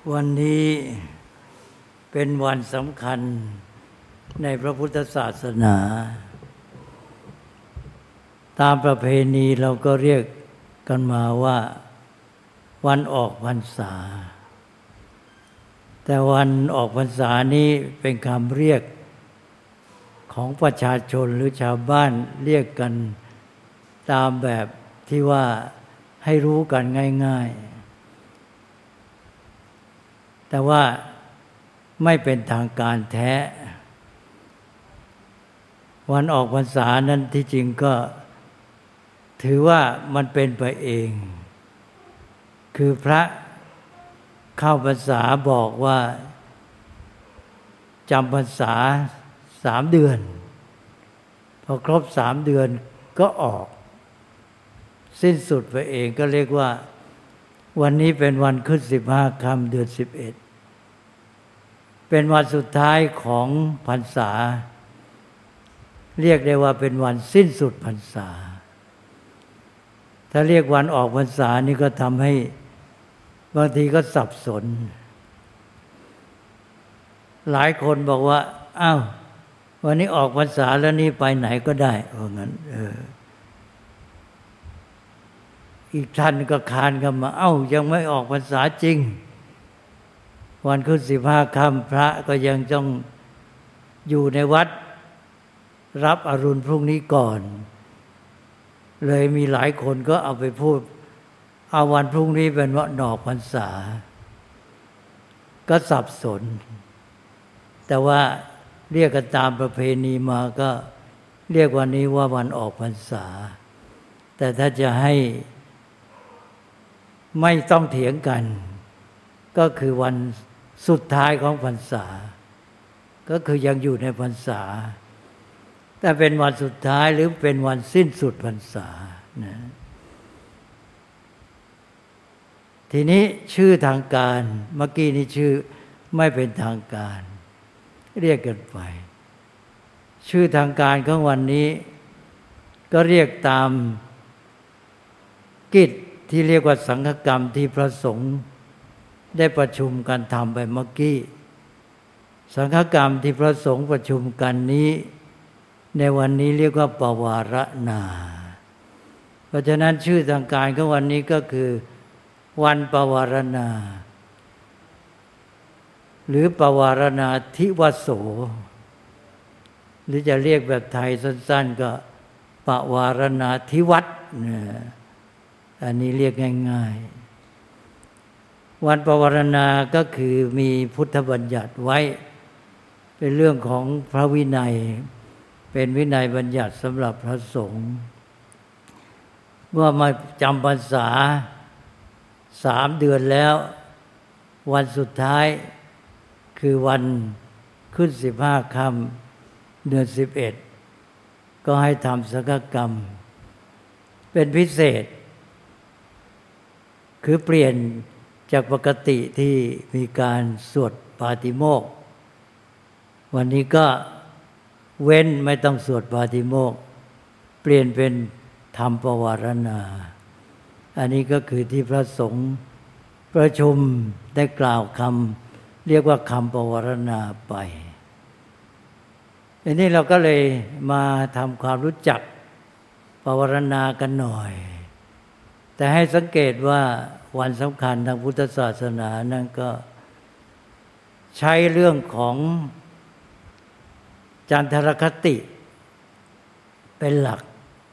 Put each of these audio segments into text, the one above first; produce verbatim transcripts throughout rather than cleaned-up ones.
วันนี้เป็นวันสำคัญในพระพุทธศาสนาตามประเพณีเราก็เรียกกันมาว่าวันออกพรรษาแต่วันออกพรรษานี้เป็นคำเรียกของประชาชนหรือชาวบ้านเรียกกันตามแบบที่ว่าให้รู้กันง่ายๆแต่ว่าไม่เป็นทางการแท้วันออกพรรษานั้นที่จริงก็ถือว่ามันเป็นไปเองคือพระเข้าพรรษาบอกว่าจำพรรษาสามเดือนพอครบสามเดือนก็ออกสิ้นสุดไปเองก็เรียกว่าวันนี้เป็นวันขึ้นสิบห้าค่ำเดือนสิบเอ็ดเป็นวันสุดท้ายของพรรษาเรียกได้ว่าเป็นวันสิ้นสุดพรรษาถ้าเรียกวันออกพรรษานี่ก็ทำให้บางทีก็สับสนหลายคนบอกว่าอ้าววันนี้ออกพรรษาแล้วนี่ไปไหนก็ได้ว่างั้นเอออีกท่านก็คานกันมาเอ้ายังไม่ออกพรรษาจริงวันขึ้นสิบห้าค่ำพระก็ยังต้องอยู่ในวัดรับอรุณพรุ่งนี้ก่อนเลยมีหลายคนก็เอาไปพูดเอาวันพรุ่งนี้เป็นวันออกพรรษาก็สับสนแต่ว่าเรียกกันตามประเพณีมาก็เรียกวันนี้ว่าวันออกพรรษาแต่ถ้าจะให้ไม่ต้องเถียงกันก็คือวันสุดท้ายของพรรษาก็คือยังอยู่ในพรรษาแต่เป็นวันสุดท้ายหรือเป็นวันสิ้นสุดพรรษานะทีนี้ชื่อทางการเมื่อกี้นี้ชื่อไม่เป็นทางการเรียกกันไปชื่อทางการของวันนี้ก็เรียกตามกิจที่เรียกว่าสังฆกรรมที่พระสงฆ์ได้ประชุมกันทำไปเมื่อกี้สังฆกรรมที่พระสงฆ์ประชุมกันนี้ในวันนี้เรียกว่าปวารณาเพราะฉะนั้นชื่อทางการของวันนี้ก็คือวันปวารณาหรือปวารณาธิวโสหรือจะเรียกแบบไทยสั้นๆก็ปวารณาธิวัตรอันนี้เรียกง่ายๆวันปวารณาก็คือมีพุทธบัญญัติไว้เป็นเรื่องของพระวินัยเป็นวินัยบัญญัติสำหรับพระสงฆ์เมื่อมาจำพรรษาสามเดือนแล้ววันสุดท้ายคือวันขึ้นสิบห้าค่ำเดือนสิบเอ็ดก็ให้ทำสังฆกรรมเป็นพิเศษคือเปลี่ยนจากปกติที่มีการสวดปาติโมกข์วันนี้ก็เว้นไม่ต้องสวดปาติโมกข์เปลี่ยนเป็นทำปวารณาอันนี้ก็คือที่พระสงฆ์ประชุมได้กล่าวคำเรียกว่าคำปวารณาไปอันนี้เราก็เลยมาทำความรู้จักปวารณากันหน่อยแต่ให้สังเกตว่าวันสำคัญทางพุทธศาสนานั่นก็ใช้เรื่องของจันทรคติเป็นหลัก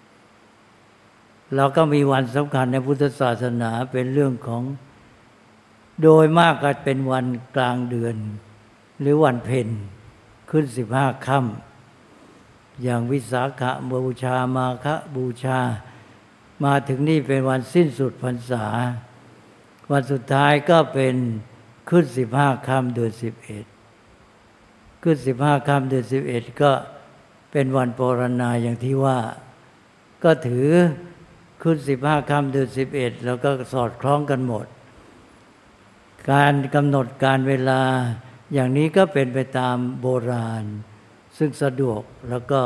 เราก็มีวันสำคัญในพุทธศาสนาเป็นเรื่องของโดยมากก็เป็นวันกลางเดือนหรือวันเพ็ญขึ้นสิบห้าค่ำอย่างวิสาขบูชามาฆบูชามาถึงนี่เป็นวันสิ้นสุดพรรษาวันสุดท้ายก็เป็นขึ้นสิบห้าค่ำเดือนสิบเอ็ดขึ้นสิบห้าค่ำเดือนสิบเอ็ดก็เป็นวันปวารณาอย่างที่ว่าก็ถือขึ้นสิบห้าค่ำเดือนสิบเอ็ดแล้วก็สอดคล้องกันหมดการกำหนดการเวลาอย่างนี้ก็เป็นไปตามโบราณซึ่งสะดวกแล้วก็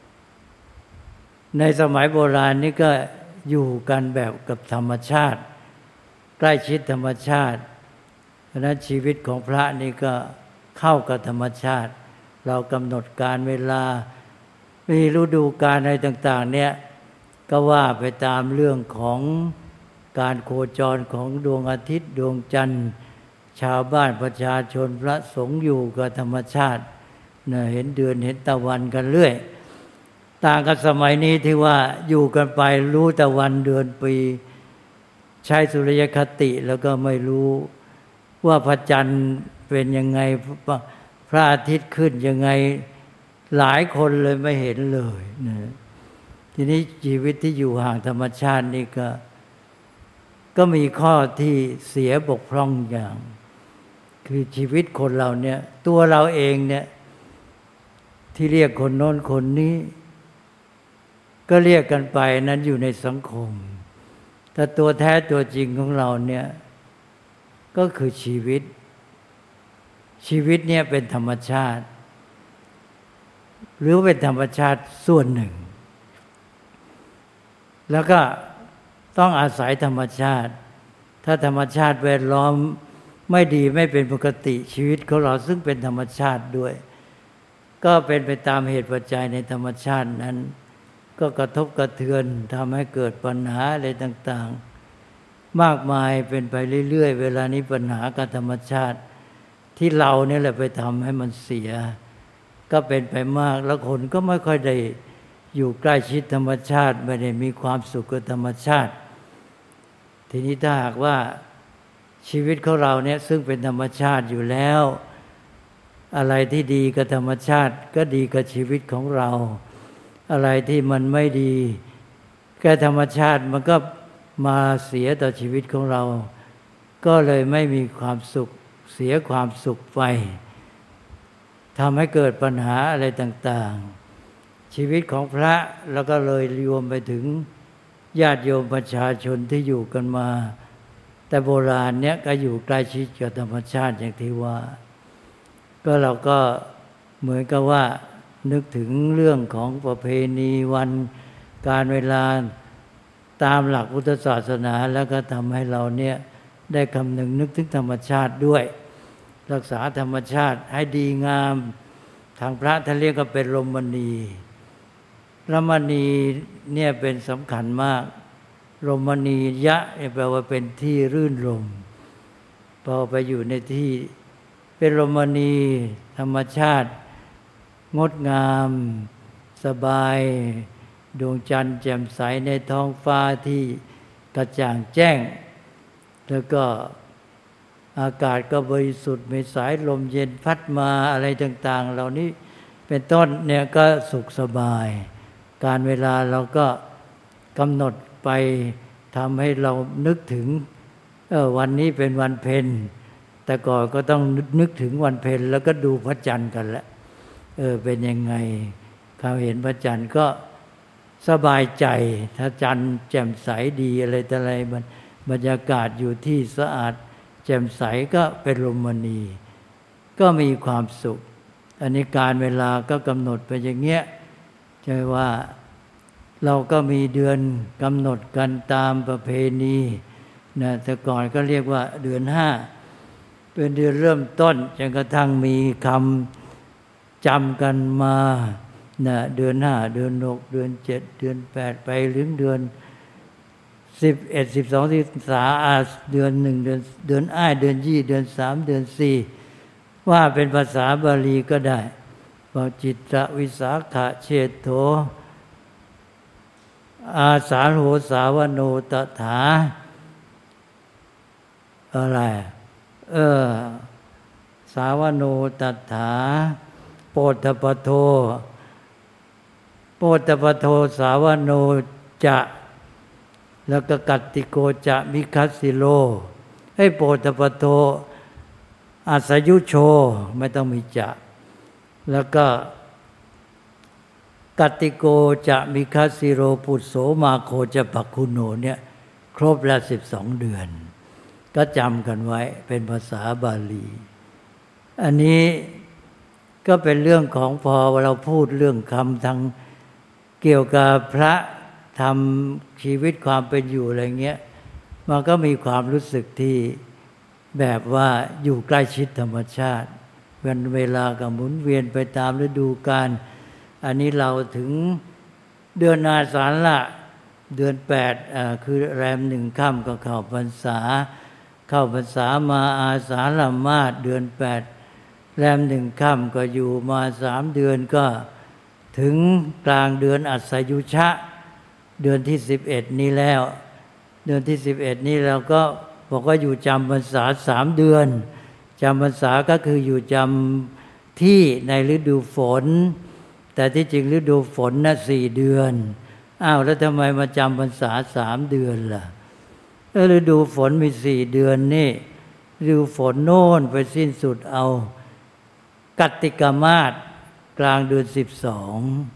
ในสมัยโบราณนี้ก็อยู่กันแบบกับธรรมชาติใกล้ชิดธรรมชาติเพราะนั้นชีวิตของพระนี่ก็เข้ากับธรรมชาติเรากำหนดการเวลามีฤดูกาลอะไรต่างๆเนี่ยก็ว่าไปตามเรื่องของการโคจรของดวงอาทิตย์ดวงจันทร์ชาวบ้านประชาชนพระสงฆ์อยู่กับธรรมชาติเนี่ยเห็นเดือนเห็นตะวันกันเรื่อยต่างกับสมัยนี้ที่ว่าอยู่กันไปรู้แต่วันเดือนปีใช้สุริยคติแล้วก็ไม่รู้ว่าพระจันทร์เป็นยังไงพระอาทิตย์ขึ้นยังไงหลายคนเลยไม่เห็นเลยนะทีนี้ชีวิตที่อยู่ห่างธรรมชาตินี่ก็ก็มีข้อที่เสียบกพร่องอย่างคือชีวิตคนเราเนี่ยตัวเราเองเนี่ยที่เรียกคนโน้นคนนี้ก็เรียกกันไปนั้นอยู่ในสังคมแต่ตัวแท้ตัวจริงของเราเนี่ยก็คือชีวิตชีวิตเนี่ยเป็นธรรมชาติหรือเป็นธรรมชาติส่วนหนึ่งแล้วก็ต้องอาศัยธรรมชาติถ้าธรรมชาติแวดล้อมไม่ดีไม่เป็นปกติชีวิตของเราซึ่งเป็นธรรมชาติด้วยก็เป็นไปตามเหตุปัจจัยในธรรมชาตินั้นก็กระทบกระเทือนทำให้เกิดปัญหาอะไรต่างๆมากมายเป็นไปเรื่อยๆเวลานี้ปัญหากับธรรมชาติที่เราเนี่ยแหละไปทำให้มันเสียก็เป็นไปมากแล้วคนก็ไม่ค่อยได้อยู่ใกล้ชิดธรรมชาติไม่ได้มีความสุขกับธรรมชาติทีนี้ถ้าหากว่าชีวิตของเราเนี่ยซึ่งเป็นธรรมชาติอยู่แล้วอะไรที่ดีกับธรรมชาติก็ดีกับชีวิตของเราอะไรที่มันไม่ดีกับธรรมชาติมันก็มาเสียต่อชีวิตของเราก็เลยไม่มีความสุขเสียความสุขไปทำให้เกิดปัญหาอะไรต่างๆชีวิตของพระแล้วก็เลยรวมไปถึงญาติโยมประชาชนที่อยู่กันมาแต่โบราณเนี้ยก็อยู่ใกล้ชิดกับธรรมชาติอย่างที่ว่าก็เราก็เหมือนกับว่านึกถึงเรื่องของประเพณีวันการเวลาตามหลักพุทธศาสนาแล้วก็ทำให้เราเนี่ยได้คำนึงนึกถึงธรรมชาติด้วยรักษาธรรมชาติให้ดีงามทางพระท่านเรียกก็เป็นลมณีลมณีเนี่ยเป็นสำคัญมากลมณียะแปลว่าเป็นที่รื่นรมพอไปอยู่ในที่เป็นลมณีธรรมชาติงดงามสบายดวงจันทร์แจ่มใสในท้องฟ้าที่กระจ่างแจ้งแล้วก็อากาศก็บริสุทธิ์มีสายลมเย็นพัดมาอะไรต่างๆเหล่านี้เป็นต้นเนี่ยก็สุขสบายการเวลาเราก็กำหนดไปทำให้เรานึกถึงเออวันนี้เป็นวันเพ็ญแต่ก่อนก็ต้องนึกถึงวันเพ็ญแล้วก็ดูพระจันทร์กันแหละเออเป็นยังไงเขาเห็นพระจันทร์ก็สบายใจถ้าจันทร์แจ่มใสดีอะไรแต่อะไรบรรยากาศอยู่ที่สะอาดแจ่มใสก็เป็นลมณีก็มีความสุขอันนี้การเวลาก็กำหนดไปอย่างเงี้ยใช่ว่าเราก็มีเดือนกำหนดกันตามประเพณีนะแต่ก่อนก็เรียกว่าเดือนห้าเป็นเดือนเริ่มต้นจนกระทั่งมีคำจำกันมานะเดือนห้าเดือนหกเดือนเจ็ดเดือนแปดไปถึงเดือนสิบเอ็ดสิบสองสิบสามอาเดือนหนึ่งเดือนเดือนอ้ายเดือนยี่เดือนสามเดือนสี่ว่าเป็นภาษาบาลีก็ได้บอกจิตตวิสาขะเชตโธอาสาโหสาวโนตถาอะไรเออสาวโนตถาโปตปโทโปตปโทสาวโนจะแล้วก็กัตติโกจะมิคัสสิโลให้โปตปโทอาสยุโชไม่ต้องมีจะแล้วก็กัตติโกจะมิคัสสิโรปุโสมาโคจะปักคุโนเนี่ยครบแล้วสิบสองเดือนก็จำกันไว้เป็นภาษาบาลีอันนี้ก็เป็นเรื่องของพอเราพูดเรื่องคำทางเกี่ยวกับพระทำชีวิตความเป็นอยู่อะไรเงี้ยมันก็มีความรู้สึกที่แบบว่าอยู่ใกล้ชิดธรรมชาติวันเวลาก็หมุนเวียนไปตามฤดูกาลอันนี้เราถึงเดือนอาสาฬะเดือนแปดอ่าคือแรมหนึ่งค่ำก็เข้าพรรษาเข้าพรรษามาอาสาฬมาสเดือนแปดแรมหนึ่งค่ำก็อยู่มาสามเดือนก็ถึงกลางเดือนอัสยุชะเดือนที่สิบเอ็ดนี้แล้วเดือนที่สิบเอ็ดนี้เราก็บอกว่าอยู่จำพรรษาสามเดือนจำพรรษาก็คืออยู่จำที่ในฤดูฝนแต่ที่จริงฤดูฝนน่ะสี่เดือนอ้าวแล้วทำไมมาจำพรรษาสามเดือนล่ะแล้วฤดูฝนมีสี่เดือนนี่ฤดูฝนโน่นไปสิ้นสุดเอากัตติกมาสกลางเดือนสิบสอง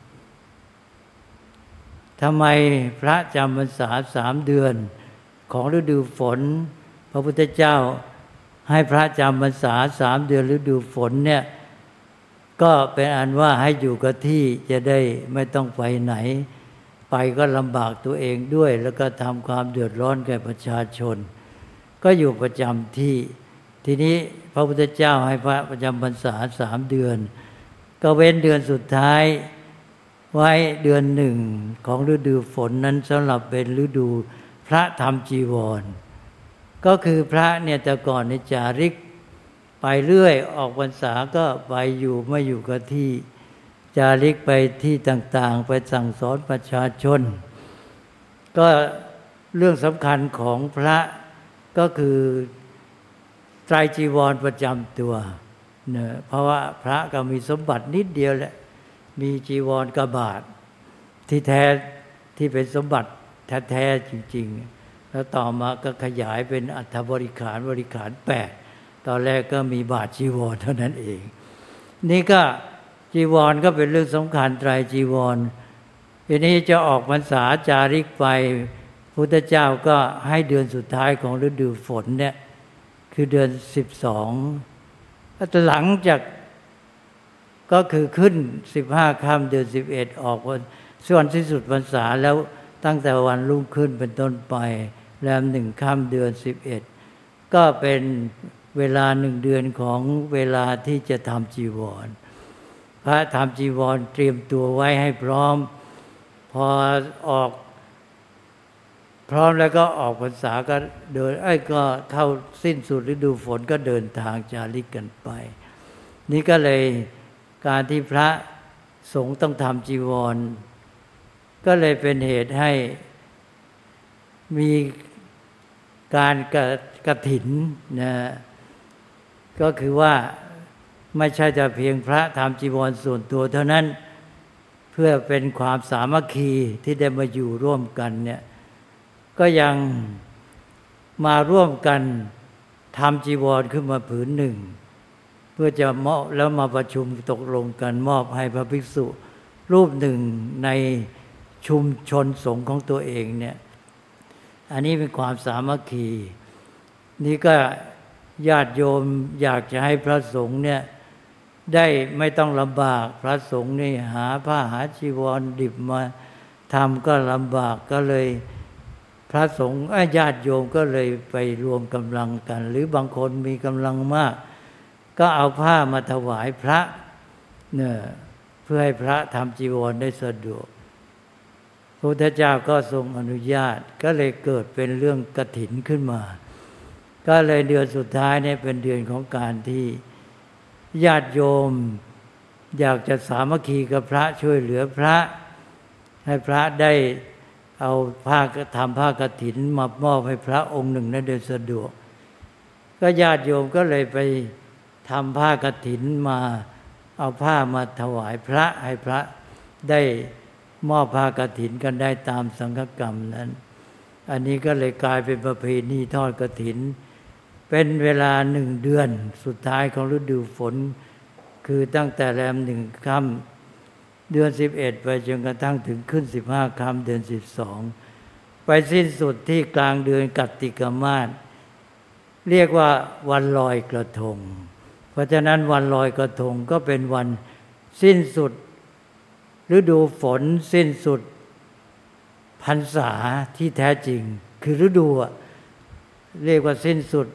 ทำไมพระจำพรรษาสามเดือนของฤดูฝนพระพุทธเจ้าให้พระจำพรรษาสามเดือนฤดูฝนเนี่ยก็เป็นอันว่าให้อยู่กับที่จะได้ไม่ต้องไปไหนไปก็ลำบากตัวเองด้วยแล้วก็ทำความเดือดร้อนแก่ประชาชนก็อยู่ประจำที่ทีนี้พระพุทธเจ้าให้พระประจำพรรษาสามเดือนก็เว้นเดือนสุดท้ายไว้เดือนหนึ่งของฤดูฝนนั้นสำหรับเป็นฤดูพระทำจีวรก็คือพระเนี่ยแต่ก่อนในจาริกไปเรื่อยออกพรรษาก็ไปอยู่ไม่อยู่กับที่จาริกไปที่ต่างๆไปสั่งสอนประชาชนก็เรื่องสำคัญของพระก็คือไตรจีวรประจำตัวเนะเพราะว่าพระก็มีสมบัตินิดเดียวแหละมีจีวรกบาทที่แท้ที่เป็นสมบัติแท้ๆจริงๆแล้วต่อมาก็ขยายเป็นอัฐบริขารบริขารแปดตอนแรกก็มีบาทจีวรเท่านั้นเองนี่ก็จีวรก็เป็นเรื่องสำคัญไตรจีวรทีนี้จะออกพรรษาจาริกไปพุทธเจ้าก็ให้เดือนสุดท้ายของฤดูฝนเนี่ยคือเดือนสิบสองหลังจากก็คือขึ้นสิบห้าค่ำเดือนสิบเอ็ดออกส่วนที่สุดพรรษาแล้วตั้งแต่วันรุ่งขึ้นเป็นต้นไปแรมหนึ่งค่ำเดือนสิบเอ็ดก็เป็นเวลาหนึ่งเดือนของเวลาที่จะทำจีวรพระทำจีวรเตรียมตัวไว้ให้พร้อมพอออกพร้อมแล้วก็ออกพรรษาก็เดินไอ้ก็เข้าสิ้นสุดฤดูฝนก็เดินทางจาริกกันไปนี่ก็เลยการที่พระสงฆ์ต้องทำจีวรก็เลยเป็นเหตุให้มีการกฐินนะก็คือว่าไม่ใช่จะเพียงพระทำจีวรส่วนตัวเท่านั้นเพื่อเป็นความสามัคคีที่ได้มาอยู่ร่วมกันเนี่ยก็ยังมาร่วมกันทำจีวรขึ้นมาผืนหนึ่งเพื่อจะมอบแล้วมาประชุมตกลงกันมอบให้พระภิกษุรูปหนึ่งในชุมชนสงฆ์ของตัวเองเนี่ยอันนี้เป็นความสามัคคีนี่ก็ญาติโยมอยากจะให้พระสงฆ์เนี่ยได้ไม่ต้องลำบากพระสงฆ์นี่หาผ้าหาจีวรดิบมาทำก็ลำบากก็เลยพระสงฆ์ญาติโยมก็เลยไปรวมกำลังกันหรือบางคนมีกำลังมากก็เอาผ้ามาถวายพระเนี่ยเพื่อให้พระทำจีวรได้สะดวกพระพุทธเจ้าก็ทรงอนุญาตก็เลยเกิดเป็นเรื่องกฐินขึ้นมาก็เลยเดือนสุดท้ายเนี่ยเป็นเดือนของการที่ญาติโยมอยากจะสามัคคีกับพระช่วยเหลือพระให้พระได้เอาผ้าทำผ้ากฐินมามอบให้พระองค์หนึ่งนั้นโดยสะดวกก็ญาติโยมก็เลยไปทำผ้ากฐินมาเอาผ้ามาถวายพระให้พระได้มอบผ้ากฐินกันได้ตามสังฆกรรมนั้นอันนี้ก็เลยกลายเป็นประเพณีทอดกฐินเป็นเวลาหนึ่งเดือนสุดท้ายของฤดูฝนคือตั้งแต่แรมหนึ่งค่ำเดือนสิบเอ็ดไปจนกระทั่งถึงขึ้นสิบห้าค่ำเดือนสิบสองไปสิ้นสุดที่กลางเดือนกัตติกมาสเรียกว่าวันลอยกระทงเพราะฉะนั้นวันลอยกระทงก็เป็นวันสิ้นสุดฤดูฝนสิ้นสุดพรรษาที่แท้จริงคือฤดูเรียกว่าสิ้นสุด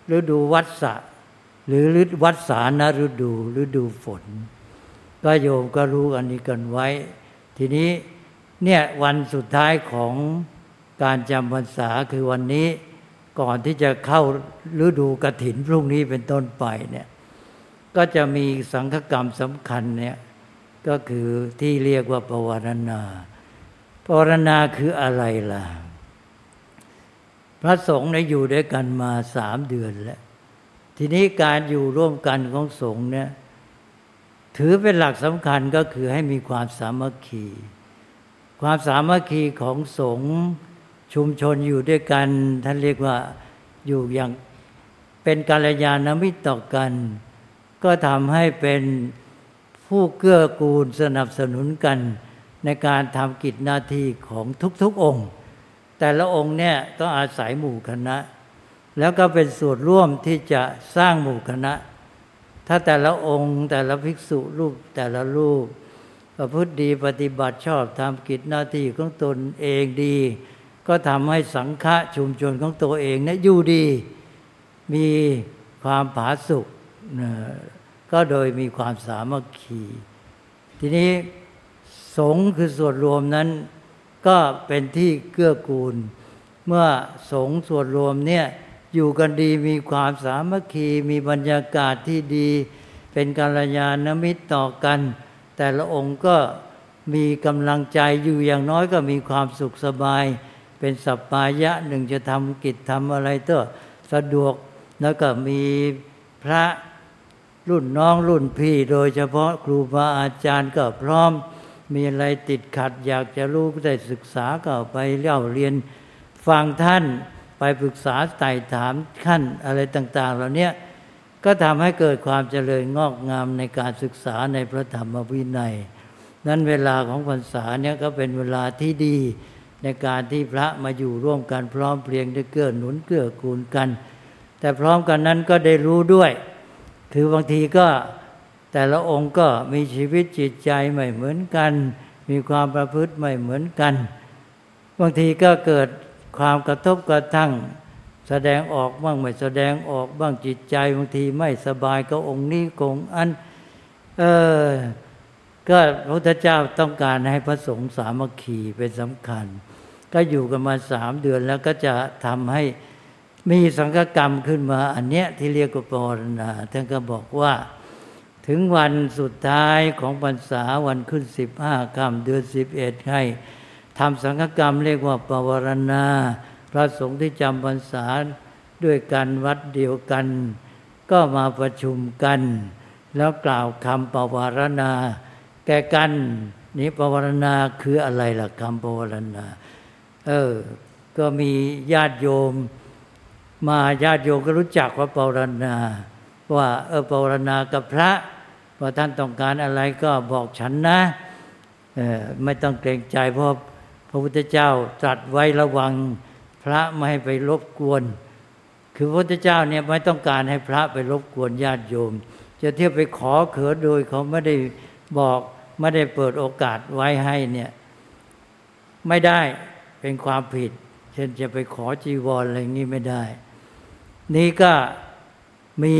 ฤดูวัฏฏะหรือฤดูวัฏสานฤดูฤดูฝนก็โยมก็รู้อันนี้กันไว้ทีนี้เนี่ยวันสุดท้ายของการจำพรรษาคือวันนี้ก่อนที่จะเข้าฤดูกฐินพรุ่งนี้เป็นต้นไปเนี่ยก็จะมีสังฆกรรมสำคัญเนี่ยก็คือที่เรียกว่าปวารณาปวารณาคืออะไรล่ะพระสงฆ์เนี่ยอยู่ด้วยกันมาสามเดือนแล้วทีนี้การอยู่ร่วมกันของสงฆ์เนี่ยถือเป็นหลักสำคัญก็คือให้มีความสามัคคีความสามัคคีของสงฆ์ชุมชนอยู่ด้วยกันท่านเรียกว่าอยู่อย่างเป็นกัลยาณมิตรต่อกันก็ทำให้เป็นผู้เกื้อกูลสนับสนุนกันในการทำกิจหน้าที่ของทุกๆองค์แต่ละองค์เนี่ยก็อาศัยหมู่คณะแล้วก็เป็นส่วนร่วมที่จะสร้างหมู่คณะถ้าแต่ละองค์แต่ละภิกษุรูปแต่ละรูปประพฤติดีปฏิบัติชอบทำกิจหน้าที่ของตนเองดีก็ทำให้สังฆะชุมชนของตัวเองเนี่ยอยู่ดีมีความผาสุกก็โดยมีความสามัคคีทีนี้สงฆ์คือส่วนรวมนั้นก็เป็นที่เกื้อกูลเมื่อสงฆ์ส่วนรวมเนี่ยอยู่กันดีมีความสามัคคีมีบรรยากาศที่ดีเป็นกัลยาณมิตรต่อกันแต่ละองค์ก็มีกำลังใจอยู่อย่างน้อยก็มีความสุขสบายเป็นสัปปายะหนึ่งจะทำกิจทำอะไรก็สะดวกแล้วก็มีพระรุ่นน้องรุ่นพี่โดยเฉพาะครูบาอาจารย์ก็พร้อมมีอะไรติดขัดอยากจะรู้ก็ได้ศึกษาก็ไปเล่าเรียนฟังท่านไปปรึกษาไต่ถามขั้นอะไรต่างๆเหล่านี้ก็ทำให้เกิดความเจริญงอกงามในการศึกษาในพระธรรมวินัยนั้นเวลาของพรรษาเนี่ยก็เป็นเวลาที่ดีในการที่พระมาอยู่ร่วมกันพร้อมเพรียงได้เกื้อหนุนเกื้อกูลกันแต่พร้อมกันนั้นก็ได้รู้ด้วยคือบางทีก็แต่ละองค์ก็มีชีวิตจิตใจไม่เหมือนกันมีความประพฤติไม่เหมือนกันบางทีก็เกิดความกระทบกระทั่งแสดงออกบ้างไม่แสดงออกบ้างจิตใจบางทีไม่สบายก็องค์นี้กองอันเออก็พระพุทธเจ้าต้องการให้พระสงฆ์สามัคคีเป็นสำคัญก็อยู่กันมาสามเดือนแล้วก็จะทำให้มีสังฆกรรมขึ้นมาอันเนี้ยที่เรียกว่าปวารณาท่านก็บอกว่าถึงวันสุดท้ายของพรรษาวันขึ้นสิบห้าค่ำเดือนสิบเอ็ดให้ทำสังฆกรรมเรียกว่าปวารณาพระสงฆ์ที่จำพรรษาด้วยกันวัดเดียวกันก็มาประชุมกันแล้วกล่าวคำปวารณาแก่กันนี้ปวารณาคืออะไรล่ะคำปวารณาเออก็มีญาติโยมมาญาติโยมก็รู้จักว่าปวารณาว่าเออปวารณากับพระว่าท่านต้องการอะไรก็บอกฉันนะเออไม่ต้องเกรงใจเพราะพระพุทธเจ้าตรัสไว้ระวังพระไม่ให้ไปรบกวนคือพระพุทธเจ้าเนี่ยไม่ต้องการให้พระไปรบกวนญาติโยมจะเที่ยวไปขอเขินโดยเขาไม่ได้บอกไม่ได้เปิดโอกาสไว้ให้เนี่ยไม่ได้เป็นความผิดเช่นจะไปขอจีวรอะไรอย่างนี้ไม่ได้นี่ก็มี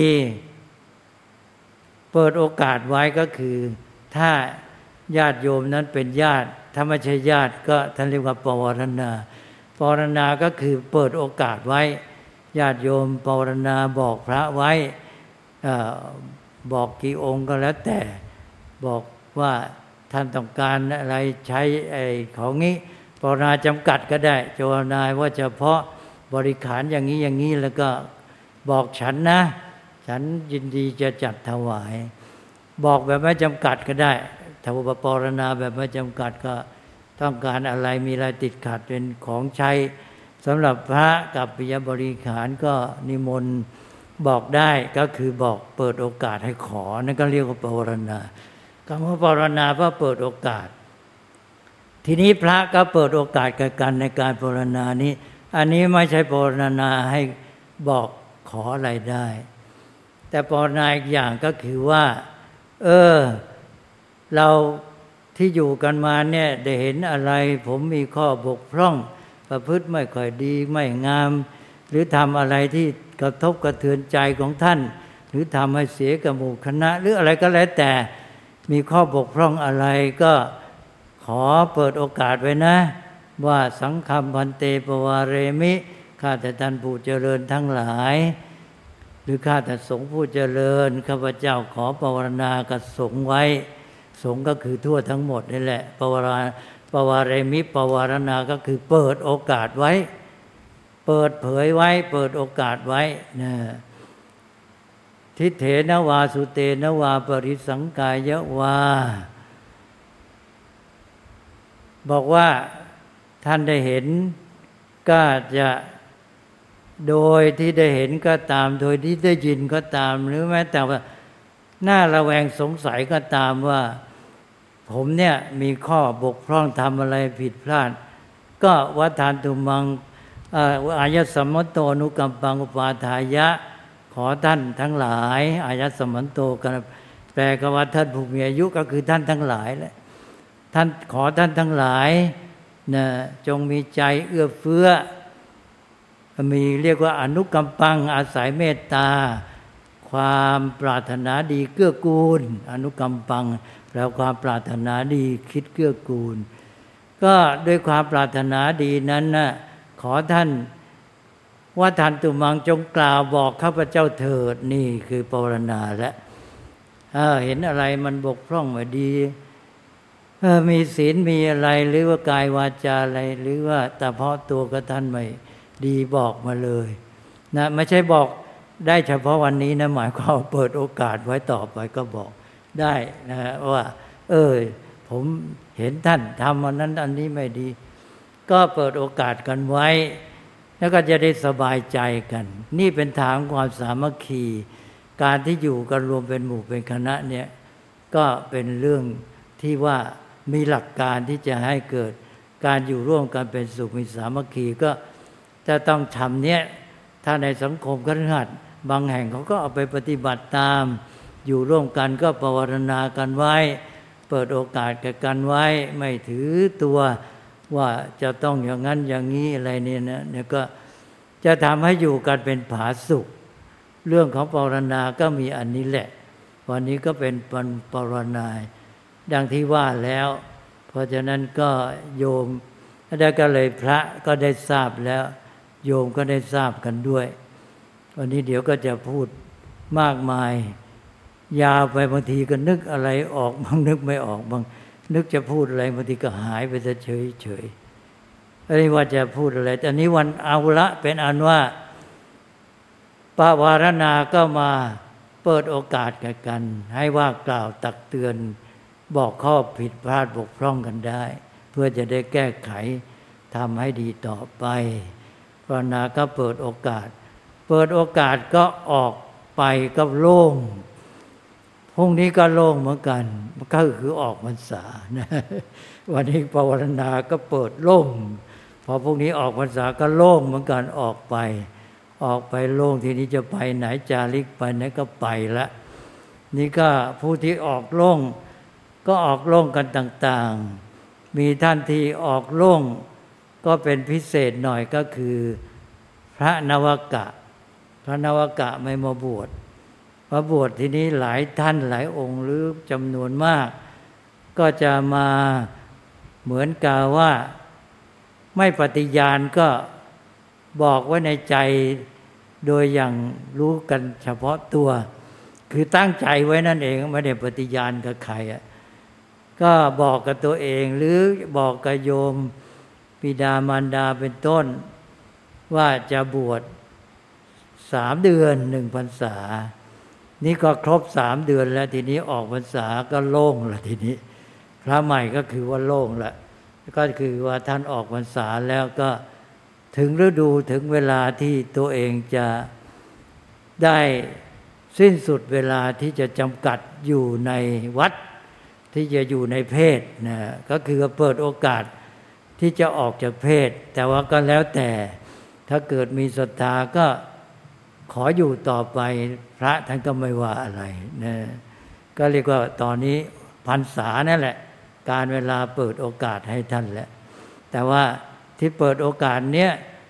เปิดโอกาสไว้ก็คือถ้าญาติโยมนั้นเป็นญาติถ้าไม่ใช่ญาติก็ท่านเรียกว่าปวารณาปวารณาก็คือเปิดโอกาสไว้ญาติโยมปวารณาบอกพระไว้บอกกี่องค์ก็แล้วแต่บอกว่าท่านต้องการอะไรใช้ไอ้ของนี้ปวารณาจำกัดก็ได้ปวารณาว่าเฉพาะบริขารอย่างนี้อย่างนี้แล้วก็บอกฉันนะฉันยินดีจะจัดถวายบอกแบบไม่จำกัดก็ได้ถ้าว่าปวารณาแบบไม่จำกัดก็ต้องการอะไรมีอะไรติดขัดเป็นของใช้สำหรับพระกับปิยบริขารก็นิมนต์บอกได้ก็คือบอกเปิดโอกาสให้ขอนั่นก็เรียกว่าปวารณาคำว่าปวารณาเพราะเปิดโอกาสทีนี้พระก็เปิดโอกาสกับกันในการปวารณานี้อันนี้ไม่ใช่ปวารณาให้บอกขออะไรได้แต่ปวารณาอีกอย่างก็คือว่าเออเราที่อยู่กันมาเนี่ยได้เห็นอะไรผมมีข้อบกพร่องประพฤติไม่ค่อยดีไม่งามหรือทำอะไรที่กระทบกระเทือนใจของท่านหรือทำให้เสียกับหมู่คณะหรืออะไรก็แล้วแต่มีข้อบกพร่องอะไรก็ขอเปิดโอกาสไว้นะว่าสังฆัมพันเตปวาเรมิข้าแต่ท่านผู้เจริญทั้งหลายหรือข้าแต่สงฆ์ผู้เจริญข้าพเจ้าขอปวารณากับสงฆ์ไว้สงฆ์ก็คือทั่วทั้งหมดนี่แหละปวารณาปวาเรมิปวารณาก็คือเปิดโอกาสไว้เปิดเผยไว้เปิดโอกาสไว้นะทิเถนวาสุเตนวาปริสังกายวาบอกว่าท่านได้เห็นก็จะโดยที่ได้เห็นก็ตามโดยที่ได้ยินก็ตามหรือแม้แต่ว่าหน้าระแวงสงสัยก็ตามว่าผมเนี่ยมีข้อบกพร่องทำอะไรผิดพลาดก็วัฏานตุมังอายสัมมโตนุกัมปังอุปาทายะขอท่านทั้งหลายอายสัมมโตกันแปลก็ว่าท่านผู้มีอายุก็คือท่านทั้งหลายแหละท่านขอท่านทั้งหลายนะจงมีใจเอื้อเฟื้อมีเรียกว่าอนุกัมปังอาศัยเมตตาความปรารถนาดีเกื้อกูลอนุกัมปังแล้วความปรารถนาดีคิดเกื้อกูลก็ด้วยความปรารถนาดีนั้นนะขอท่านว่าท่านตุมังจงกล่าวบอกข้าพเจ้าเถิดนี่คือปวารณาและเห็นอะไรมันบกพร่องไม่ดีมีศีลมีอะไรหรือว่ากายวาจาอะไรหรือว่าแต่เพาะตัวกับท่านไม่ดีบอกมาเลยนะไม่ใช่บอกได้เฉพาะวันนี้นะหมายความเปิดโอกาสไว้ต่อไปก็บอกได้นะว่าเออผมเห็นท่านทำอันนั้นอันนี้ไม่ดีก็เปิดโอกาสกันไว้แล้วก็จะได้สบายใจกันนี่เป็นทางความสามัคคีการที่อยู่กันรวมเป็นหมู่เป็นคณะเนี่ยก็เป็นเรื่องที่ว่ามีหลักการที่จะให้เกิดการอยู่ร่วมกันเป็นสุขมีสามัคคีก็จะต้องทำเนี้ยถ้าในสังคมคฤหัสถ์บางแห่งเขาก็เอาไปปฏิบัติตามอยู่ร่วมกันก็ปวารณากันไว้เปิดโอกาสแก่กันไว้ไม่ถือตัวว่าจะต้องอย่างนั้นอย่างนี้อะไรเนี่ยนะเนี่ยก็จะทำให้อยู่กันเป็นผาสุกเรื่องของปวารณาก็มีอันนี้แหละวันนี้ก็เป็นวันปวารณาดังที่ว่าแล้วเพราะฉะนั้นก็โยมได้ก็เลยพระก็ได้ทราบแล้วโยมก็ได้ทราบกันด้วยวันนี้เดี๋ยวก็จะพูดมากมายยาวไปบางทีก็นึกอะไรออกบางนึกไม่ออกบางนึกจะพูดอะไรบางทีก็หายไปซะเฉยเฉยอันนี้ว่าจะพูดอะไรแต่นี้วันเอาละเป็นอันว่าปวารณาก็มาเปิดโอกาสแก่กันให้ว่ากล่าวตักเตือนบอกข้อผิดพลาดบกพร่องกันได้เพื่อจะได้แก้ไขทำให้ดีต่อไปปวารณาก็เปิดโอกาสเปิดโอกาสก็ออกไปก็โล่งพรุ่งนี้ก็โล่งเหมือนกันก็คือออกพรรษานะวันนี้ปวารณาก็เปิดโล่งพอพรุ่งนี้ออกพรรษาก็โล่งเหมือนกันออกไปออกไปโล่งทีนี้จะไปไหนจาริกไปไหนก็ไปละนี่ก็ผู้ที่ออกโล่งก็ออกโล่งกันต่างๆมีท่านที่ออกโล่งก็เป็นพิเศษหน่อยก็คือพระนวกะพระนวกะไม่มาบวชมาบวชทีนี้หลายท่านหลายองค์หรือจำนวนมากก็จะมาเหมือนกับว่าไม่ปฏิญาณก็บอกไว้ในใจโดยอย่างรู้กันเฉพาะตัวคือตั้งใจไว้นั่นเองไม่ได้ปฏิญาณกับใครอ่ะก็บอกกับตัวเองหรือบอกกับโยมบิดามารดาเป็นต้นว่าจะบวชสามเดือนหนึ่งพรรษานี่ก็ครบสามเดือนแล้วทีนี้ออกพรรษาก็โล่งละทีนี้พระใหม่ก็คือว่าโล่งละก็คือว่าท่านออกพรรษาแล้วก็ถึงฤดูถึงเวลาที่ตัวเองจะได้สิ้นสุดเวลาที่จะจำกัดอยู่ในวัดที่จะอยู่ในเพศนะก็คือเปิดโอกาสที่จะออกจากเพศแต่ว่าก็แล้วแต่ถ้าเกิดมีศรัทธาก็ขออยู่ต่อไปพระท่านก็ไม่ว่าอะไรนะก็เรียกว่าตอนนี้พรรษานั่นแหละการเวลาเปิดโอกาสให้ท่านแหละแต่ว่าที่เปิดโอกาสเนี้ย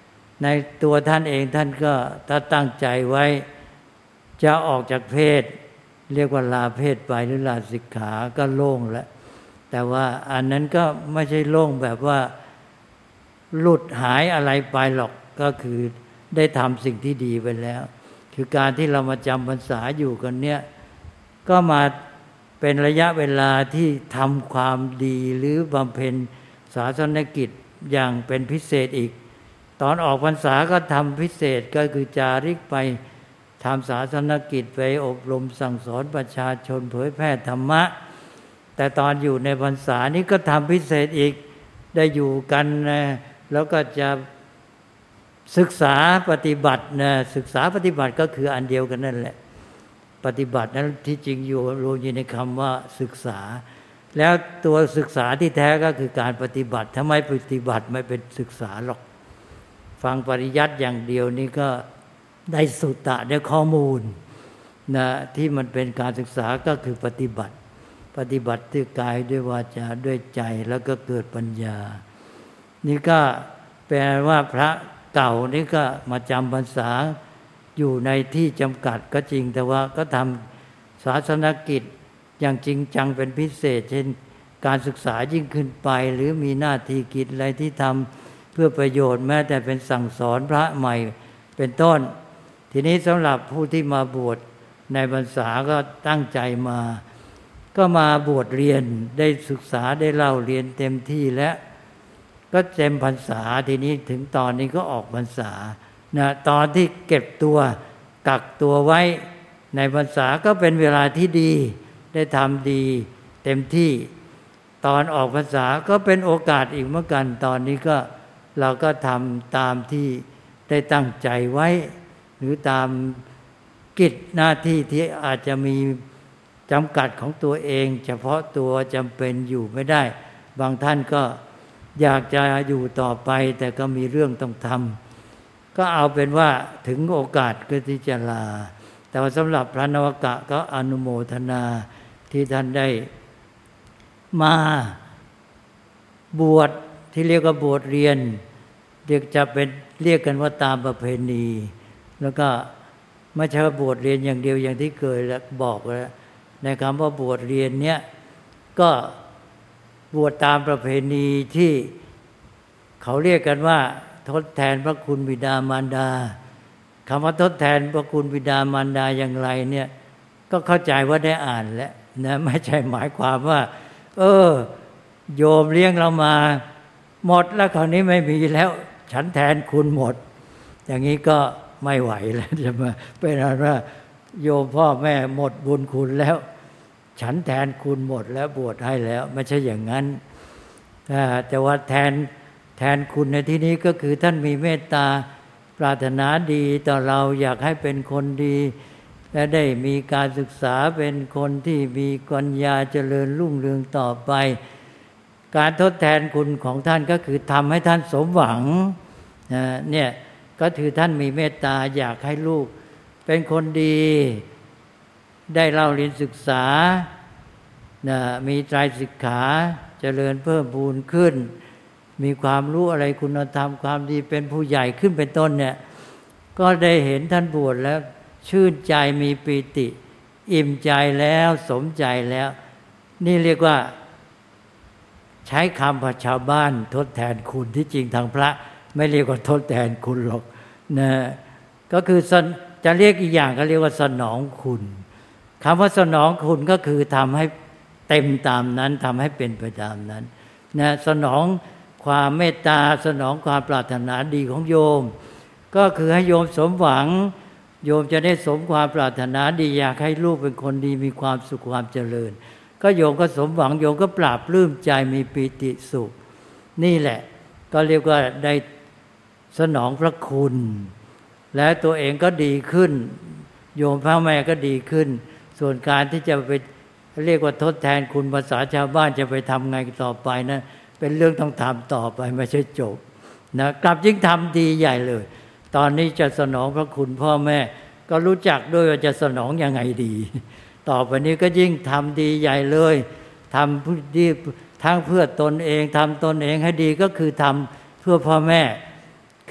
ในตัวท่านเองท่านก็ถ้าตั้งใจไว้จะออกจากเพศเรียกว่าลาเพศไปหรือลาสิกขาก็โล่งแล้วแต่ว่าอันนั้นก็ไม่ใช่โล่งแบบว่าหลุดหายอะไรไปหรอกก็คือได้ทำสิ่งที่ดีไปแล้วคือการที่เรามาจำพรรษาอยู่กันเนี่ยก็มาเป็นระยะเวลาที่ทำความดีหรือบำเพ็ญศาสนกิจอย่างเป็นพิเศษอีกตอนออกพรรษาก็ทำพิเศษก็คือจาริกไปทำศาสนกิจไปอบรมสั่งสอนประชาชนเผยแพร่ธรรมะแต่ตอนอยู่ในพรรษานี้ก็ทำพิเศษอีกได้อยู่กันนะแล้วก็จะศึกษาปฏิบัตินะศึกษาปฏิบัติก็คืออันเดียวกันนั่นแหละปฏิบัตินั้นที่จริงอยู่รวมอยู่ในคำว่าศึกษาแล้วตัวศึกษาที่แท้ก็คือการปฏิบัติทำไมปฏิบัติไม่เป็นศึกษาหรอกฟังปริยัติอย่างเดียวนี่ก็ได้สุตตะได้ข้อมูลนะที่มันเป็นการศึกษาก็คือปฏิบัติปฏิบัติด้วยกายด้วยวาจาด้วยใจแล้วก็เกิดปัญญานี่ก็แปลว่าพระเก่านี่ก็มาจำพรรษาอยู่ในที่จำกัดก็จริงแต่ว่าก็ทำศาสนกิจอย่างจริงจังเป็นพิเศษเช่นการศึกษายิ่งขึ้นไปหรือมีหน้าที่กิจอะไรที่ทำเพื่อประโยชน์แม้แต่เป็นสั่งสอนพระใหม่เป็นต้นทีนี้สำหรับผู้ที่มาบวชในพรรษาก็ตั้งใจมาก็มาบวชเรียนได้ศึกษาได้เล่าเรียนเต็มที่แล้วก็เต็มพรรษาทีนี้ถึงตอนนี้ก็ออกพรรษานะตอนที่เก็บตัวกักตัวไว้ในพรรษาก็เป็นเวลาที่ดีได้ทำดีเต็มที่ตอนออกพรรษาก็เป็นโอกาสอีกเหมือนกันตอนนี้ก็เราก็ทำตามที่ได้ตั้งใจไว้หรือตามกิจหน้าที่ที่อาจจะมีจำกัดของตัวเองเฉพาะตัวจำเป็นอยู่ไม่ได้บางท่านก็อยากจะอยู่ต่อไปแต่ก็มีเรื่องต้องทำก็เอาเป็นว่าถึงโอกาสก็ที่จะลาแต่ว่าสำหรับพระนวกะก็อนุโมทนาที่ท่านได้มาบวชที่เรียกว่าบวชเรียนเรียกจะเป็นเรียกกันว่าตามประเพณีแล้วก็ไม่ใช่ว่าบวชเรียนอย่างเดียวอย่างที่เคยบอกแล้วในคำว่าบวชเรียนเนี้ยก็บวชตามประเพณีที่เขาเรียกกันว่าทดแทนพระคุณบิดามารดาคำว่าทดแทนพระคุณบิดามารดาอย่างไรเนี่ยก็เข้าใจว่าได้อ่านแล้วนะไม่ใช่หมายความว่าเออโยมเลี้ยงเรามาหมดแล้วคราวนี้ไม่มีแล้วฉันแทนคุณหมดอย่างนี้ก็ไม่ไหวแล้วจะมาเป็นอะไรว่าโยมพ่อแม่หมดบุญคุณแล้วฉันแทนคุณหมดแล้วบวชให้แล้วไม่ใช่อย่างนั้นแต่ว่าแทนแทนคุณในที่นี้ก็คือท่านมีเมตตาปรารถนาดีต่อเราอยากให้เป็นคนดีและได้มีการศึกษาเป็นคนที่มีปัญญาเจริญรุ่งเรืองต่อไปการทดแทนคุณของท่านก็คือทำให้ท่านสมหวังเนี่ยก็คือท่านมีเมตตาอยากให้ลูกเป็นคนดีได้เล่าเรียนศึกษานะมีไตรสิกขาเจริญเพิ่มพูนขึ้นมีความรู้อะไรคุณธรรมความดีเป็นผู้ใหญ่ขึ้นเป็นต้นเนี่ยก็ได้เห็นท่านบวชแล้วชื่นใจมีปีติอิ่มใจแล้วสมใจแล้วนี่เรียกว่าใช้คำภาษาชาวบ้านทดแทนคุณที่จริงทางพระไม่เรียกว่าทดแทนคุณหรอกนะก็คือจะเรียกอีกอย่างก็เรียกว่าสนองคุณคำว่าสนองคุณก็คือทำให้เต็มตามนั้นทำให้เป็นไปตามนั้นนะสนองความเมตตาสนองความปรารถนาดีของโยมก็คือให้โยมสมหวังโยมจะได้สมความปรารถนาดีอยากให้ลูกเป็นคนดีมีความสุขความเจริญก็โยมก็สมหวังโยมก็ปราบปลื้มใจมีปีติสุขนี่แหละก็เรียกว่าได้สนองพระคุณและตัวเองก็ดีขึ้นโยมพ่อแม่ก็ดีขึ้นส่วนการที่จะไปเรียกว่าทดแทนคุณภาษาชาวบ้านจะไปทำไงต่อไปนะเป็นเรื่องต้องทำต่อไปไม่ใช่จบนะกลับยิ่งทำดีใหญ่เลยตอนนี้จะสนองพระคุณพ่อแม่ก็รู้จักด้วยว่าจะสนองยังไงดีต่อไปนี้ก็ยิ่งทำดีใหญ่เลยทำดีทั้งเพื่อตนเองทำตนเองให้ดีก็คือทำเพื่อพ่อแม่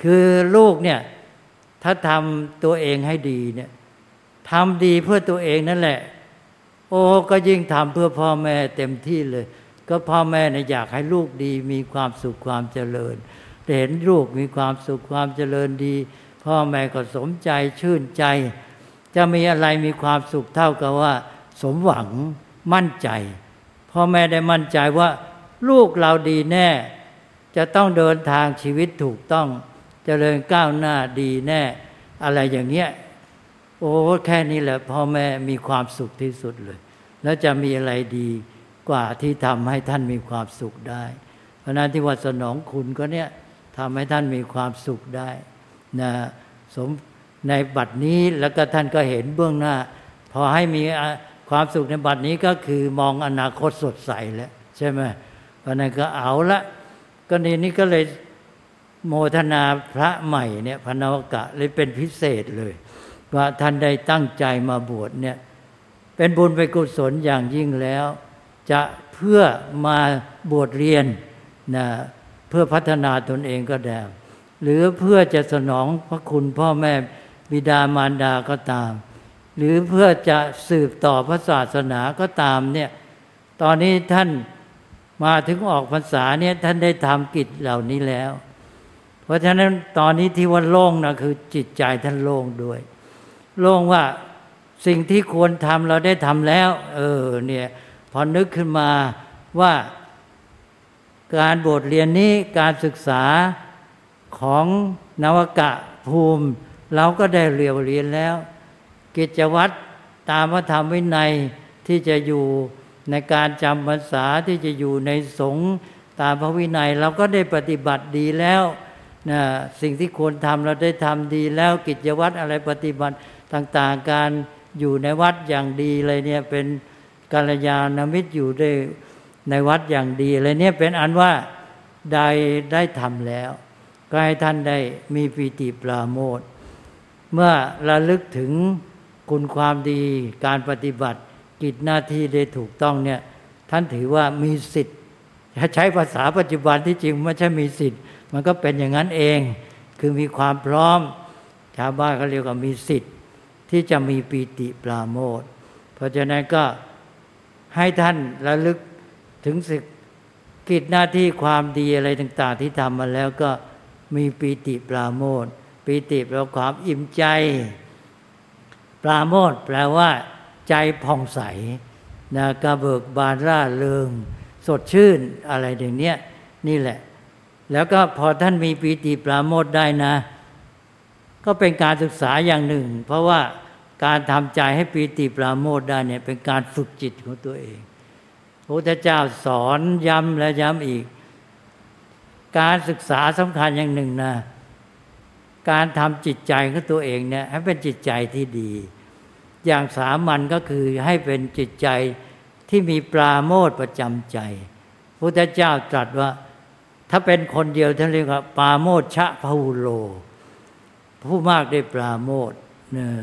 คือลูกเนี่ยถ้าทำตัวเองให้ดีเนี่ยทำดีเพื่อตัวเองนั่นแหละโอ้ก็ยิ่งทำเพื่อพ่อแม่เต็มที่เลยก็พ่อแม่เนี่ยอยากให้ลูกดีมีความสุขความเจริญแต่เห็นลูกมีความสุขความเจริญดีพ่อแม่ก็สมใจชื่นใจจะมีอะไรมีความสุขเท่ากับว่าสมหวังมั่นใจพ่อแม่ได้มั่นใจว่าลูกเราดีแน่จะต้องเดินทางชีวิตถูกต้องเจริญก้าวหน้าดีแน่อะไรอย่างเงี้ยโอ้แค่นี้แหละพ่อแม่มีความสุขที่สุดเลยแล้วจะมีอะไรดีกว่าที่ทำให้ท่านมีความสุขได้เพราะนั้นที่วัดสนองคุณก็เนี่ยทำให้ท่านมีความสุขได้นะสมในบัดนี้แล้วก็ท่านก็เห็นเบื้องหน้าพอให้มีความสุขในบัดนี้ก็คือมองอนาคตสดใสแล้วใช่ไหมเพราะนั้นก็เอาละก็นี้นี่ก็เลยโมทนาพระใหม่เนี่ยพระนวกะเลยเป็นพิเศษเลยว่าท่านได้ตั้งใจมาบวชเนี่ยเป็นบุญเป็นกุศลอย่างยิ่งแล้วจะเพื่อมาบวชเรียนนะเพื่อพัฒนาตนเองก็ได้หรือเพื่อจะสนองพระคุณพ่อแม่บิดามารดาก็ตามหรือเพื่อจะสืบต่อพระศาสนาก็ตามเนี่ยตอนนี้ท่านมาถึงออกพรรษาเนี่ยท่านได้ทำกิจเหล่านี้แล้วเพราะฉะนั้นตอนนี้ที่ว่าโล่งนะคือจิตใจท่านโล่งด้วยโล่งว่าสิ่งที่ควรทำเราได้ทำแล้วเออเนี่ยพอนึกขึ้นมาว่าการบทเรียนนี้การศึกษาของนวกะภูมิเราก็ได้เรียนเรียนแล้วกิจวัตรตามพระธรรมวินัยที่จะอยู่ในการจำพรรษาที่จะอยู่ในสงฆ์ตามพระวินัยเราก็ได้ปฏิบัติดีแล้วนะสิ่งที่ควรทำเราได้ทำดีแล้วกิจวัตรอะไรปฏิบัติต่างๆการอยู่ในวัดอย่างดีเลยเนี่ยเป็นกัลยาณมิตรอยู่ได้ในวัดอย่างดีเลยเนี่ยเป็นอันว่าได้ได้ทำแล้วก็ให้ท่านได้มีปีติปราโมทย์เมื่อระลึกถึงคุณความดีการปฏิบัติกิจหน้าที่ได้ถูกต้องเนี่ยท่านถือว่ามีสิทธิ์ถ้าใช้ภาษาปัจจุบันที่จริงไม่ใช่มีสิทธิ์มันก็เป็นอย่างนั้นเองคือมีความพร้อมชาวบ้านเขาเรียกว่ามีสิทธิ์ที่จะมีปีติปราโมทย์เพราะฉะนั้นก็ให้ท่านระลึกถึงสิ่งกิจหน้าที่ความดีอะไรต่างๆที่ทำมาแล้วก็มีปีติปราโมทย์ปีติแปลว่าความอิ่มใจปราโมทย์แปลว่าใจผ่องใสนะกระเบิกบานร่าเริงสดชื่นอะไรอย่างเนี้ยนี่แหละแล้วก็พอท่านมีปีติปราโมทย์ได้นะก็เป็นการศึกษาอย่างหนึ่งเพราะว่าการทำใจให้ปีติปราโมทย์ได้เนี่ยเป็นการฝึกจิตของตัวเองพระพุทธเจ้าสอนย้ำและย้ำอีกการศึกษาสำคัญอย่างหนึ่งนะการทำจิตใจของตัวเองเนี่ยให้เป็นจิตใจที่ดีอย่างสามัญก็คือให้เป็นจิตใจที่มีปราโมทย์ประจำใจพระพุทธเจ้าตรัสว่าถ้าเป็นคนเดียวท่านเรียกว่าปราโมทชะพหุโลผู้มากได้ปราโมทย์เนี่ย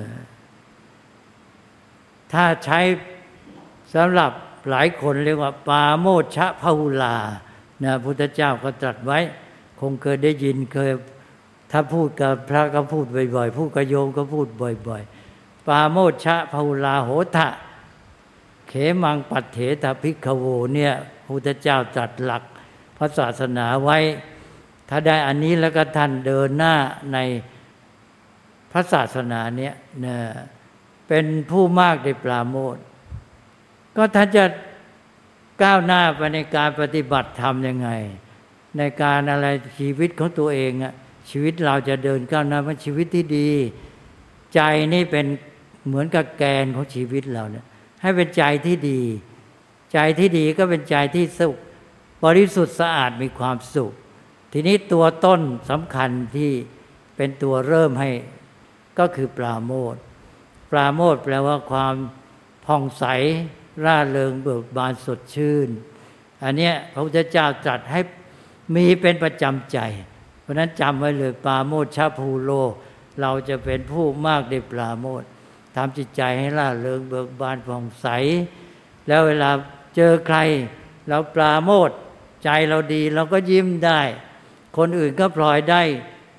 ถ้าใช้สำหรับหลายคนเรียกว่าปราโมทชะพหุลานะพุทธเจ้าก็ตรัสไว้คงเคยได้ยินเคยถ้าพูดกับพระก็พูดบ่อยๆพูดกับโยมก็พูดบ่อยๆปราโมทชะพหุลาโหทะเขมังปัตเถตภิกขโวเนี่ยพุทธเจ้าตรัสหลักพระศาสนาไว้ถ้าได้อันนี้แล้วก็ท่านเดินหน้าในพระศาสนาเนี่ยนะเป็นผู้มากได้ปราโมทย์ก็ท่านจะก้าวหน้าไปในการปฏิบัติธรรมยังไงในการอะไรชีวิตของตัวเองอะชีวิตเราจะเดินก้าวหน้าเป็นชีวิตที่ดีใจนี่เป็นเหมือนกับแกนของชีวิตเราเนี่ยให้เป็นใจที่ดีใจที่ดีก็เป็นใจที่สุขบริสุทธิ์สะอาดมีความสุขทีนี้ตัวต้นสำคัญที่เป็นตัวเริ่มให้ก็คือปราโมทย์ปราโมทย์แปลว่าความผ่องใสร่าเริงเบิกบานสดชื่นอันเนี้ยพระพุทธเจ้าตรัสให้มีเป็นประจำใจเพราะนั้นจำไว้เลยปราโมทชะภูโลเราจะเป็นผู้มากได้ปราโมทย์ทำจิตใจให้ร่าเริงเบิกบานผ่องใสแล้วเวลาเจอใครเราปราโมทย์ใจเราดีเราก็ยิ้มได้คนอื่นก็พลอยได้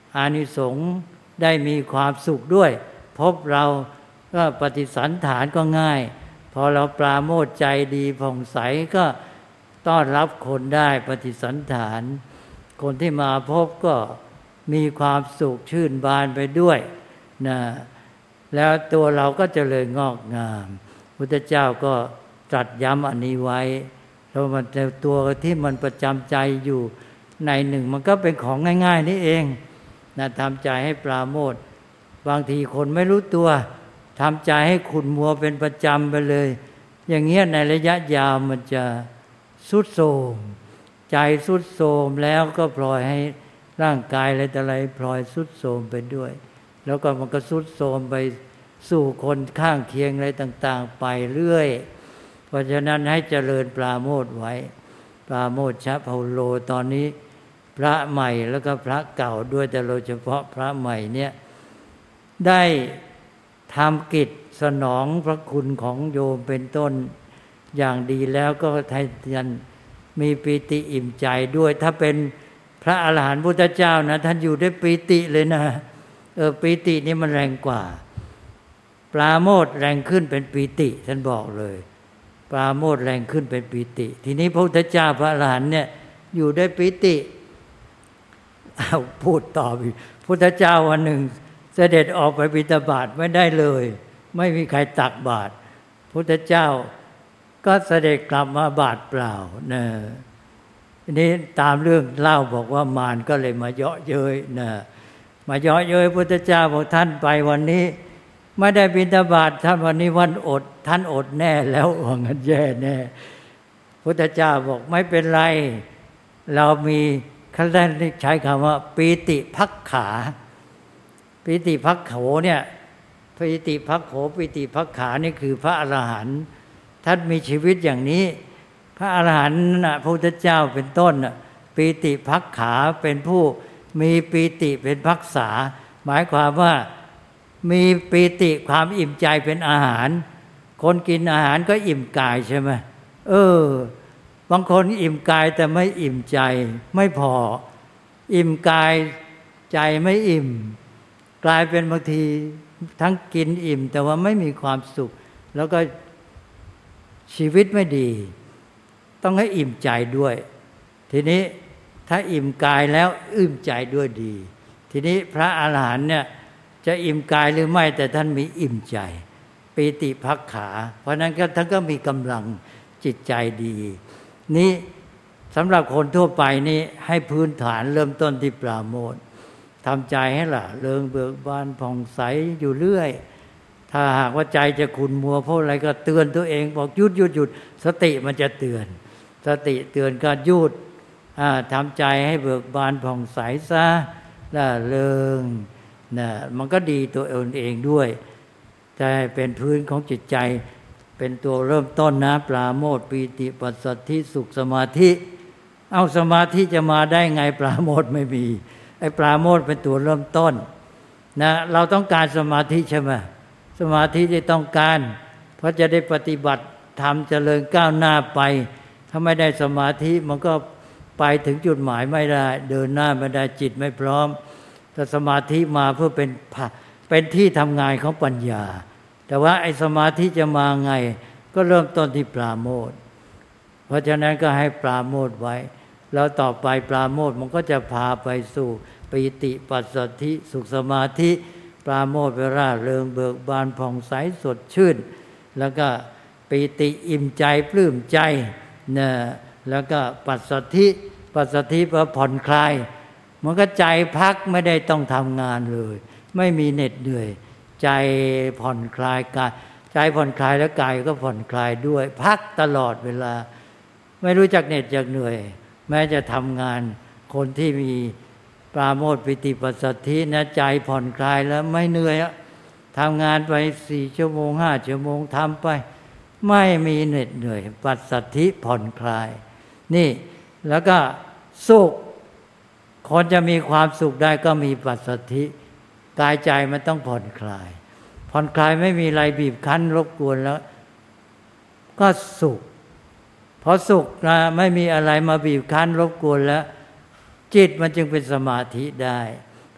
อานิสงส์ได้มีความสุขด้วยพบเราก็ปฏิสันฐานก็ง่ายพอเราปราโมทย์ใจดีผ่องใสก็ต้อนรับคนได้ปฏิสันฐานคนที่มาพบก็มีความสุขชื่นบานไปด้วยนะแล้วตัวเราก็เจริญงอกงามพุทธเจ้าก็ตรัสย้ำอันนี้ไว้แล้วมันตัวที่มันประจำใจอยู่ในหนึ่งมันก็เป็นของง่ายๆนี่เองนะทำใจให้ปราโมทย์บางทีคนไม่รู้ตัวทำใจให้ขุ่นมัวเป็นประจำไปเลยอย่างเงี้ยในระยะยาวมันจะทรุดโทรมใจทรุดโทรมแล้วก็ปล่อยให้ร่างกายอะไรแต่อะไรปล่อยทรุดโทรมไปด้วยแล้วก็มันก็ทรุดโทรมไปสู่คนข้างเคียงอะไรต่างๆไปเรื่อยเพราะฉะนั้นให้เจริญปราโมทย์ไว้ปราโมทย์ชะเผาโลตอนนี้พระใหม่แล้วก็พระเก่าด้วยแต่โดยเฉพาะพระใหม่เนี่ยได้ทำกิจสนองพระคุณของโยมเป็นต้นอย่างดีแล้วก็ให้ท่านมีปีติอิ่มใจด้วยถ้าเป็นพระอรหันต์พุทธเจ้านะท่านอยู่ด้วยปีติเลยนะเออปีตินี่มันแรงกว่าปราโมทย์แรงขึ้นเป็นปีติท่านบอกเลยปราโมทย์แรงขึ้นเป็นปีติทีนี้พระพุทธเจ้าพระอรหันต์เนี่ยอยู่ด้วยปีติเอาพูดต่ออีกพุทธเจ้าวันหนึ่งเสด็จออกไปบิณฑบาตไม่ได้เลยไม่มีใครตักบาตรพุทธเจ้าก็เสด็จกลับมาบาตรเปล่านะทีนี้ตามเรื่องเล่าบอกว่ามารก็เลยมาเยาะเย้ยนะมาเยาะเย้ยพุทธเจ้าบอกท่านไปวันนี้ไม่ได้บิณฑบาตท่านวันนี้วันอดท่านอดแน่แล้วว่างั้นแย่แน่พุทธเจ้าบอกไม่เป็นไรเรามีเขาได้ใช้คำว่าปีติภักขาปีติภักโขเนี่ยปีติภักโขปีติภักขานี่คือพระอรหันต์ท่านมีชีวิตอย่างนี้พระอรหันต์น่ะพระพุทธเจ้าเป็นต้นน่ะปีติภักขาเป็นผู้มีปีติเป็นภักษาหมายความว่ามีปีติความอิ่มใจเป็นอาหารคนกินอาหารก็อิ่มกายใช่ไหมเออบางคนอิ่มกายแต่ไม่อิ่มใจไม่พออิ่มกายใจไม่อิ่มกลายเป็นบางทีทั้งกินอิ่มแต่ว่าไม่มีความสุขแล้วก็ชีวิตไม่ดีต้องให้อิ่มใจด้วยทีนี้ถ้าอิ่มกายแล้วอิ่มใจด้วยดีทีนี้พระอรหันต์เนี่ยจะอิ่มกายหรือไม่แต่ท่านมีอิ่มใจปีติภักขาเพราะนั้นก็ท่านก็มีกำลังจิตใจดีนี่สำหรับคนทั่วไปนี่ให้พื้นฐานเริ่มต้นที่ปราโมทย์ทำใจให้ล่ะเริงเบิกบานผ่องใสอยู่เรื่อยถ้าหากว่าใจจะขุ่นมัวเพราะอะไรก็เตือนตัวเองบอกหยุดหยุดหยุดสติมันจะเตือนสติเตือนก็หยุดทำใจให้เบิกบานผ่องใสซะล่ะเริงนะมันก็ดีตัวเองเองด้วยแต่เป็นพื้นของจิตใจเป็นตัวเริ่มต้นนะปราโมทย์ปีติปัสสัทธิสุขสมาธิเอาสมาธิจะมาได้ไงปราโมทย์ไม่มีไอ้ปราโมทย์เป็นตัวเริ่มต้นนะเราต้องการสมาธิใช่ไหมสมาธิที่ต้องการเพราะจะได้ปฏิบัติธรรมเจริญก้าวหน้าไปถ้าไม่ได้สมาธิมันก็ไปถึงจุดหมายไม่ได้เดินหน้าไม่ได้จิตไม่พร้อมแต่สมาธิมาเพื่อเป็นเป็นที่ทำงานของปัญญาแต่ว่าไอ้สมาธิจะมาไงก็เริ่มต้นที่ปราโมทย์เพราะฉะนั้นก็ให้ปราโมทย์ไว้แล้วต่อไปปราโมทย์มันก็จะพาไปสู่ปีติปัสสัทธิสุขสมาธิปราโมทย์เวลาเริงเบิกบานผ่องใสสดชื่นแล้วก็ปีติอิ่มใจปลื้มใจนะแล้วก็ปัสสัทธิปัสสัทธิแปลว่าผ่อนคลายมันก็ใจพักไม่ได้ต้องทำงานเลยไม่มีเหน็ดเหนื่อยใจผ่อนคลายกายใจผ่อนคลายแล้วกายก็ผ่อนคลายด้วยพักตลอดเวลาไม่รู้จักเหน็ดจักเหนื่อยแม้จะทำงานคนที่มีปราโมทย์ปิติปัสสัทธินะใจผ่อนคลายแล้วไม่เหนื่อยทำงานไปสี่ชั่วโมงห้าชั่วโมงทำไปไม่มีเหน็ดเหนื่อยปัสสัทธิผ่อนคลายนี่แล้วก็สุขคนจะมีความสุขได้ก็มีปัสสัทธิกายใจมันต้องผ่อนคลายผ่อนคลายไม่มีอะไรบีบคั้นรบกวนแล้วก็สุขพอสุขนะไม่มีอะไรมาบีบคั้นรบกวนแล้วจิตมันจึงเป็นสมาธิได้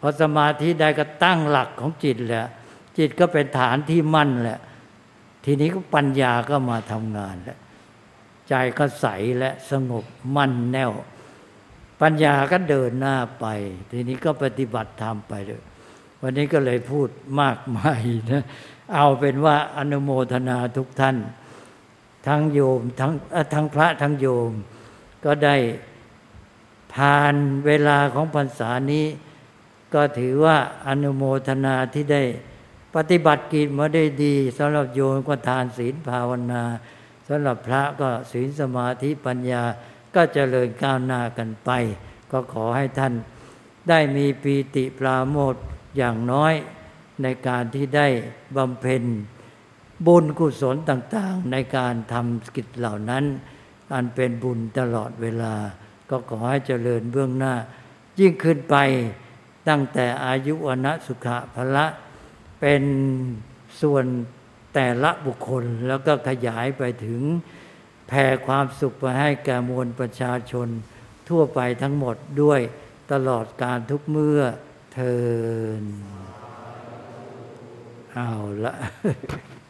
พอสมาธิได้ก็ตั้งหลักของจิตแหละจิตก็เป็นฐานที่มั่นแหละทีนี้ก็ปัญญาก็มาทำงานแล้วใจก็ใสและสงบมั่นแน่วปัญญาก็เดินหน้าไปทีนี้ก็ปฏิบัติธรรมไปเลยวันนี้ก็เลยพูดมากมายนะเอาเป็นว่าอนุโมทนาทุกท่านทั้งโยมทั้งทั้งพระทั้งโยมก็ได้ผ่านเวลาของพรรษานี้ก็ถือว่าอนุโมทนาที่ได้ปฏิบัติกิจมาได้ดีสำหรับโยมก็ทานศีลภาวนาสำหรับพระก็ศีลสมาธิปัญญาก็เจริญก้าวหน้ากันไปก็ขอให้ท่านได้มีปีติปราโมทย์อย่างน้อยในการที่ได้บำเพ็ญบุญกุศลต่างๆในการทำกิจเหล่านั้นอันเป็นบุญตลอดเวลาก็ขอให้เจริญเบื้องหน้ายิ่งขึ้นไปตั้งแต่อายุวนะสุขะพละเป็นส่วนแต่ละบุคคลแล้วก็ขยายไปถึงแผ่ความสุขไปให้แก่มวลประชาชนทั่วไปทั้งหมดด้วยตลอดกาลทุกเมื่อเทอญเอาละ